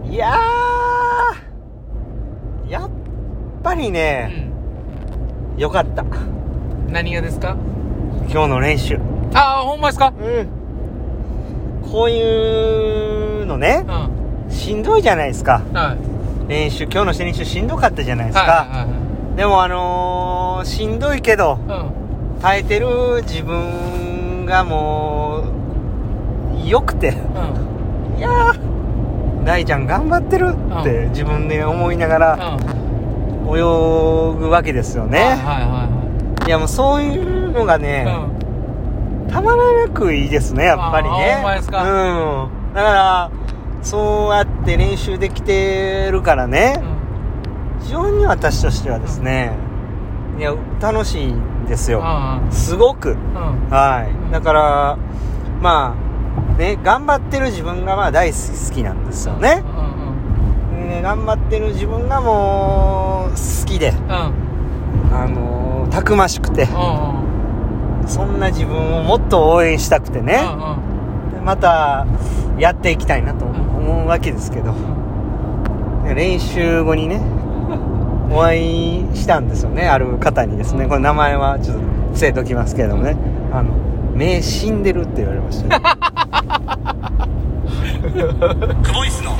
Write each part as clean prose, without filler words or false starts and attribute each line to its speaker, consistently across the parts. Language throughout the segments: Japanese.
Speaker 1: いやー、やっぱりね、よかった。
Speaker 2: 何がですか？
Speaker 1: 今日の練習。
Speaker 2: ああ、ほんまですか？
Speaker 1: こういうのね、しんどいじゃないですか。練習、今日の練習しんどかったじゃないですか。でもしんどいけど、耐えてる自分がもう良くて、いやー、大ちゃん頑張ってるって自分で思いながら泳ぐわけですよね。いや、もうそういうのがね、たまらなくいいですね、やっぱりね。
Speaker 2: ほんまですか？
Speaker 1: だからそうやって練習できてるからね、非常に私としてはですね、いや楽しいんですよ、すごく。はい。だからまあね、頑張ってる自分がまあ大好きなんですよね。頑張ってる自分がもう好きで、たくましくて、そんな自分をもっと応援したくてね、またやっていきたいなと思うわけですけど、練習後にねお会いしたんですよね、ある方にですね。これ名前はちょっと伏せときますけれどもね、目死んでるって言われましたね。クボイスの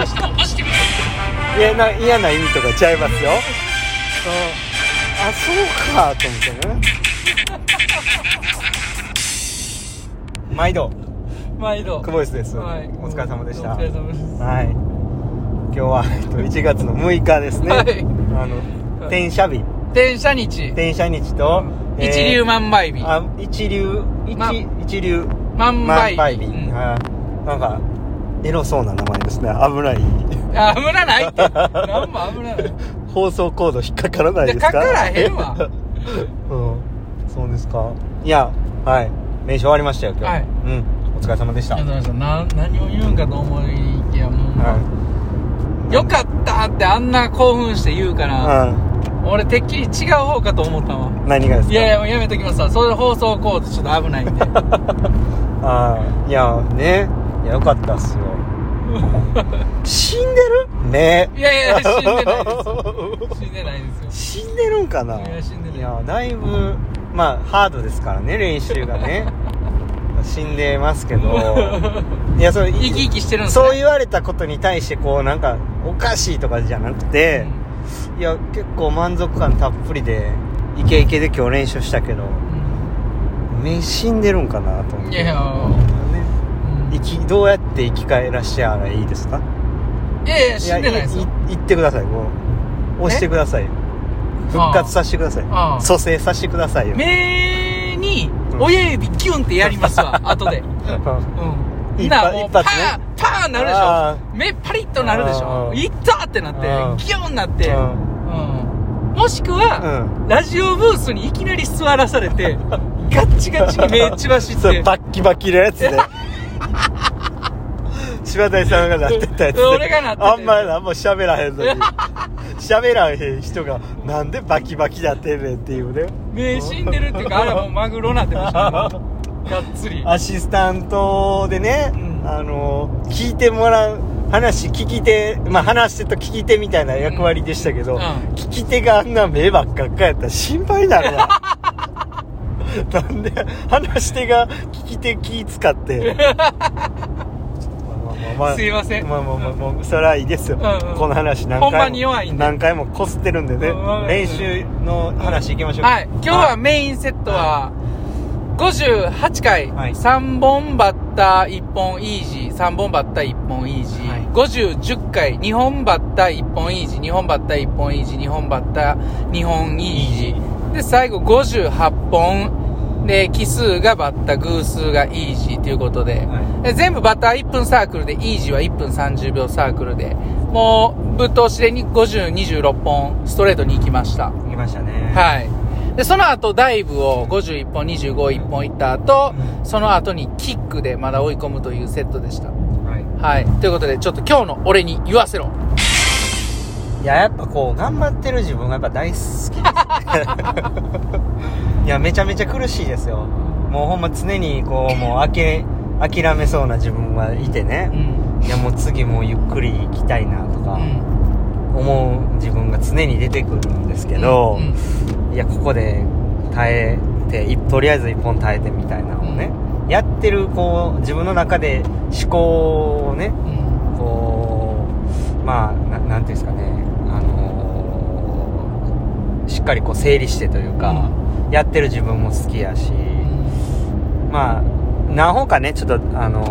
Speaker 1: 嫌な意味とかちゃいますよ。あ、そうかと思ってね。毎度クボイスです、お疲れ様でした。はい、今日は1月の6日ですね。転写日と、
Speaker 2: 一粒万倍日。
Speaker 1: 一粒
Speaker 2: 万倍日。
Speaker 1: なんかエロそうな名前ですね。危ない。
Speaker 2: 危ないって。なんも危ない。
Speaker 1: 放送コード引っかからないですか？
Speaker 2: かからへんわ。
Speaker 1: そうですか。いや、はい。練習終わりましたよ今日。お疲れ様でした。
Speaker 2: 何を言うんかと思いきや、もう、よかったってあんな興奮して言うから、俺てっきり違う方かと思ったわ。
Speaker 1: 何がですか？
Speaker 2: いやもうやめときますわ。それ放送コードちょっと危ないんで。
Speaker 1: いやね、よかったっすよ。死んでる？ね。
Speaker 2: いや死んでないです死んでないですよ。
Speaker 1: 死んでるんかな？
Speaker 2: いや死んでない。
Speaker 1: いやだいぶまあハードですからね、練習がね。死んでますけど、いや、それ
Speaker 2: 生き生きしてるんですね。
Speaker 1: そう言われたことに対してこうなんかおかしいとかじゃなくて、いや結構満足感たっぷりでイケイケで今日練習したけど、目死んでるんかなと思って。いやどうやって生き返らしちゃらいいですか？
Speaker 2: いや死んでないですよ。
Speaker 1: 言ってください。もう押してください。復活させてください。蘇生させてくださいよ。
Speaker 2: 目に親指キュンってやりますわ。後で。
Speaker 1: 一発ね。
Speaker 2: パーなるでしょ。目パリッとなるでしょ。いったってなってギュンなって。もしくはラジオブースにいきなり座らされてガッチガチに目血走って。
Speaker 1: それバッキバキのやつね。柴谷さんがなってたやつ、
Speaker 2: 俺がなってたやつ。
Speaker 1: あんまり何も喋らへんのに喋らへん人がなんでバキバキなってんねんっていうね。
Speaker 2: 目死んでるっていうか、あれはもうマグロなってましたね。がっつり
Speaker 1: アシスタントでね、聞いてもらう話、聞き手、まあ話し手と聞き手みたいな役割でしたけど、聞き手があんな目ばっかっかやったら心配になるわ。なんで話し手が聞き手気使って
Speaker 2: すいません。
Speaker 1: もうそれはいいですよ。この話何回もこすってるんでね。練習の話いきましょう。
Speaker 2: はい。今日はメインセットは58回、3本バッター1本イージー、3本バッター1本イージー、10回2本バッター1本イージー、2本バッター1本イージー、2本バッター2本イージーで、最後58本で、奇数がバッタ、偶数がイージーということで、全部バッター1分サークルで、イージーは1分30秒サークルで、もうぶっ通しで50、26本ストレートに行きました。
Speaker 1: 行きましたね。
Speaker 2: はい。で、その後ダイブを51本、25、1本行った後、その後にキックでまだ追い込むというセットでした。はい。ということで、ちょっと今日の俺に言わせろ。
Speaker 1: いや、やっぱこう頑張ってる自分がやっぱ大好きです。いや、めちゃめちゃ苦しいですよ。もうほんま常にこうもう諦めそうな自分はいてね、 いやもう次もうゆっくり行きたいなとか思う自分が常に出てくるんですけど、いやここで耐えてとりあえず一本耐えてみたいなのをね、やってるこう自分の中で思考をね、こうまあなんていうんですかね、しっかりこう整理してというか、やってる自分も好きやし、まあ何本かねちょっと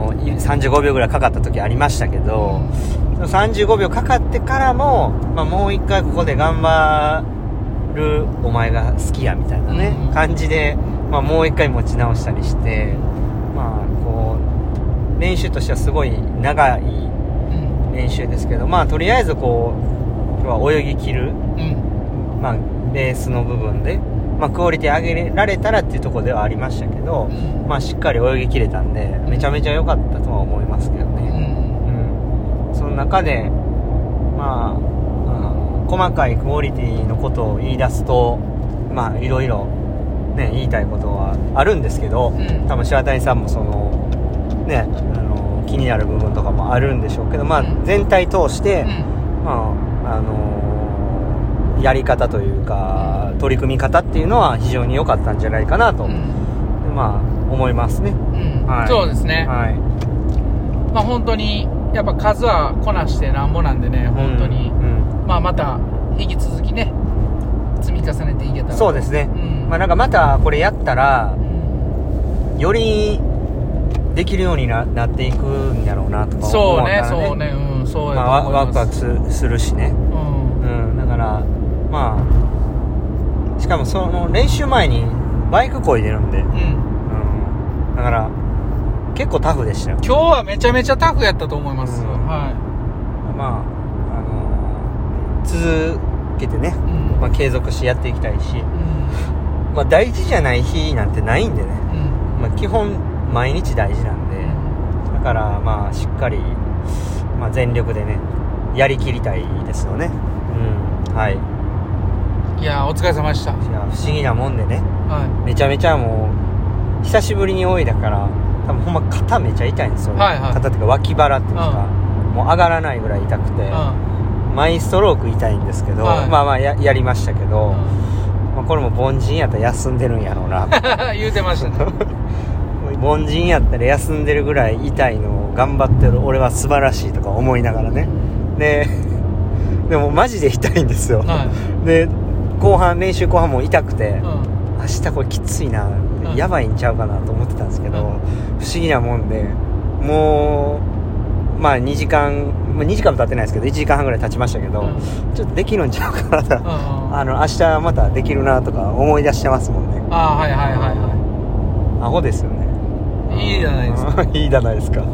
Speaker 1: 35秒ぐらいかかった時ありましたけど、35秒かかってからも、まあ、もう一回ここで頑張るお前が好きやみたいなね、感じで、まあ、もう一回持ち直したりして、まあこう練習としてはすごい長い練習ですけど、まあとりあえずこう今日は泳ぎ切る、まあベースの部分で、まあ、クオリティ上げられたらっていうところではありましたけど、まあしっかり泳ぎ切れたんでめちゃめちゃ良かったとは思いますけどね。その中でまあ細かいクオリティのことを言い出すと、まあいろいろね言いたいことはあるんですけど、多分白谷さんもそのね気になる部分とかもあるんでしょうけど、まあ全体通して、まあやり方というか取り組み方っていうのは非常に良かったんじゃないかなと、まあ思いますね。はい、
Speaker 2: そうですね。はい。まあ本当にやっぱ数はこなしてなんぼなんでね、本当に、まあまた引き続きね積み重ねていけたら。
Speaker 1: そうですね。まあなんかまたこれやったら、よりできるように なっていくんやろうなとか思うからね。
Speaker 2: そうね、そうや
Speaker 1: と思います。まあワクワクするしね。だからまあしかもその練習前にバイク漕いでるんで、だから結構タフでしたよ。
Speaker 2: 今日はめちゃめちゃタフやったと思います。はい。
Speaker 1: まあ続けてね、まあ継続してやっていきたいし、まあ大事じゃない日なんてないんでね。まあ基本毎日大事なんで、だからまあしっかり、まあ、全力でねやりきりたいですよね。はい。
Speaker 2: いやお疲れ様でした。い
Speaker 1: や不思議なもんでね、めちゃめちゃもう久しぶりに泳いだから多分ほんま肩めちゃ痛いんですよ、肩っていうか脇腹っていうか、もう上がらないぐらい痛くて、毎ストローク痛いんですけど、まあまあ やりましたけど、まあ、これも凡人やったら休んでるんやろうな
Speaker 2: 言うてましたね
Speaker 1: 凡人やったら休んでるぐらい痛いのを頑張ってる俺は素晴らしいとか思いながらね、でもマジで痛いんですよ、で練習後半も痛くて、明日これきついな、やばいんちゃうかなと思ってたんですけど、不思議なもんでもうまあ2時間も経ってないですけど1時間半ぐらい経ちましたけど、ちょっとできるんちゃうかなと、明日またできるなとか思い出してますもんね。
Speaker 2: はい
Speaker 1: アホですよね。
Speaker 2: いいじゃないですか
Speaker 1: いいじゃないですか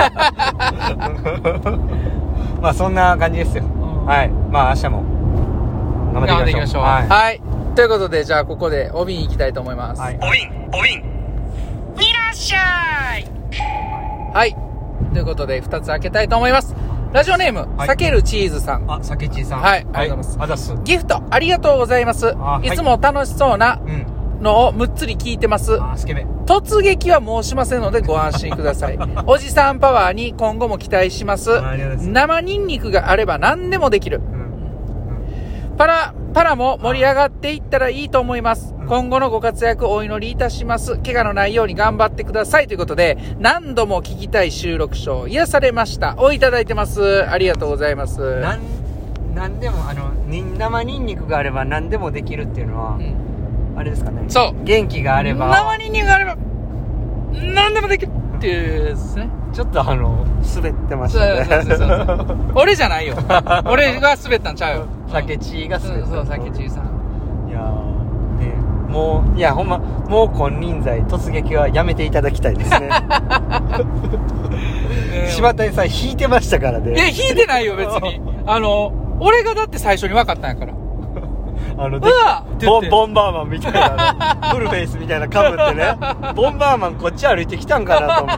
Speaker 1: まあそんな感じですよ。はい。まあ明日も頑張っていきましょう。
Speaker 2: はい。ということでじゃあここでお瓶行きたいと思います。
Speaker 1: お瓶い
Speaker 2: らっしゃい。はい。ということで2つ開けたいと思います。ラジオネーム、避けるチーズさん。
Speaker 1: 避けチーさん。
Speaker 2: はい。ありがとうございます。ギフトありがとうございます。いつも楽しそうなのをむっつり聞いてます。突撃は申しませんのでご安心くださいおじさんパワーに今後も期待します。生ニンニクがあれば何でもできる、パラも盛り上がっていったらいいと思います、今後のご活躍お祈りいたします。怪我のないように頑張ってくださいということで、何度も聞きたい収録賞癒されましたをいただいてます。ありがとうございます。
Speaker 1: 何でも生ニンニクがあれば何でもできるっていうのは、あれですかね。
Speaker 2: そう。
Speaker 1: 元気があれば。
Speaker 2: 生ニンニクがあれば何でもできるっていうですね。
Speaker 1: ちょっと滑ってましたね。
Speaker 2: そう俺じゃないよ。俺が滑ったんちゃうよ。
Speaker 1: 酒地が滑った。
Speaker 2: そう、酒地さん。
Speaker 1: いやね、もうほんまもう金輪際突撃はやめていただきたいですね。柴谷さん引いてましたからね。
Speaker 2: いや引いてないよ別に。俺がだって最初に分かったんやから。
Speaker 1: ボンバーマンみたいなフルフェイスみたいなかぶってね、ボンバーマンこっち歩いてきたんかなと思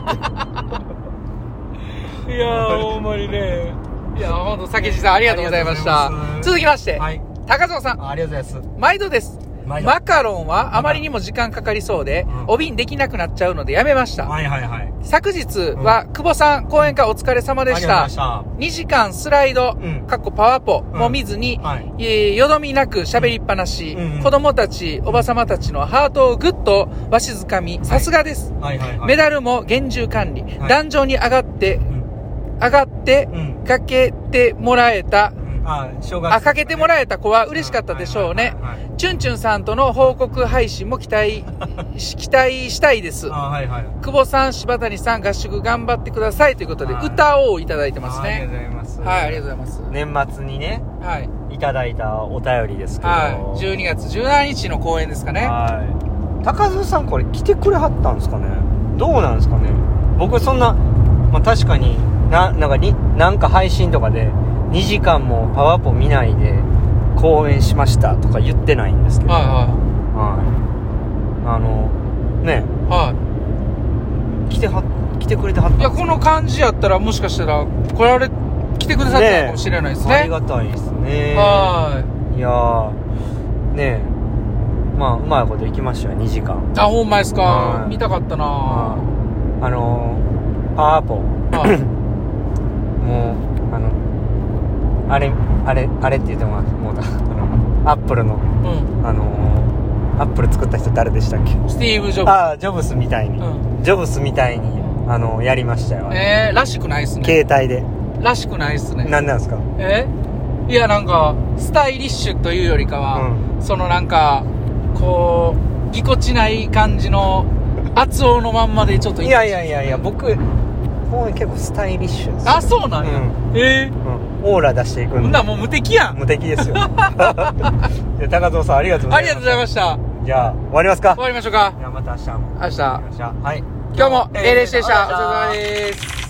Speaker 1: って
Speaker 2: いやーほんまにね、いやほんと酒地さんありがとうございました。続きまして、高蔵さん
Speaker 1: ありがとうございます。
Speaker 2: 毎度です。 マカロンはあまりにも時間かかりそうで、お瓶できなくなっちゃうのでやめました。
Speaker 1: はいはいはい。
Speaker 2: 昨日は、久保さん、講演会お疲れ様でした。2時間スライド、パワポも見ずに、よどみなく喋りっぱなし、子供たち、おばさまたちのハートをぐっとわしづかみ、さすがです。メダルも厳重管理、壇上に上がって、かけてもらえた、かけてもらえた子は嬉しかったでしょうね。チュンチュンさんとの報告配信も期待したいです。久保さん、柴谷さん、合宿頑張ってくださいということで、歌をいただいてますね。
Speaker 1: ありがとうございます。
Speaker 2: はい、ありがとうございます。
Speaker 1: 年末にね、いただいたお便りですけど、
Speaker 2: 12月17日の公演ですかね。
Speaker 1: 高津さん、これ来てくれはったんですかね。どうなんですかね。僕そんな、確かになんか配信とかで2時間もパワポ見ないで講演しましたとか言ってないんですけど、来てくれてはった。
Speaker 2: いや、この感じやったらもしかしたら来てくださったかもしれないですね。
Speaker 1: ありがたいですね。いやねえ、うまいこといきましたよ、2時間。
Speaker 2: ほんまですか。見たかったな。
Speaker 1: パワポもうあれって言ってもうアップルの、アップル作った人誰でしたっけ。
Speaker 2: スティーブ・ジョブズ。
Speaker 1: ジョブスみたいに、やりましたよ。
Speaker 2: らしくないっすね。
Speaker 1: 携帯で
Speaker 2: らしくないっすね。
Speaker 1: なんですか。
Speaker 2: いや、なんかスタイリッシュというよりかは、そのなんかこうぎこちない感じの圧音のまんまでちょっと。いや
Speaker 1: 僕もう結構スタイリッシュです。
Speaker 2: そうなんや。
Speaker 1: オーラ出していくんで。
Speaker 2: もう無敵やん。
Speaker 1: 無敵ですよ。高蔵さん、ありがとうございました。
Speaker 2: ありがとうございました。
Speaker 1: じゃあ終わりますか。
Speaker 2: 終わりましょうか。
Speaker 1: じゃあまた明日。
Speaker 2: はい。今日も A レシでした。お疲れ様です。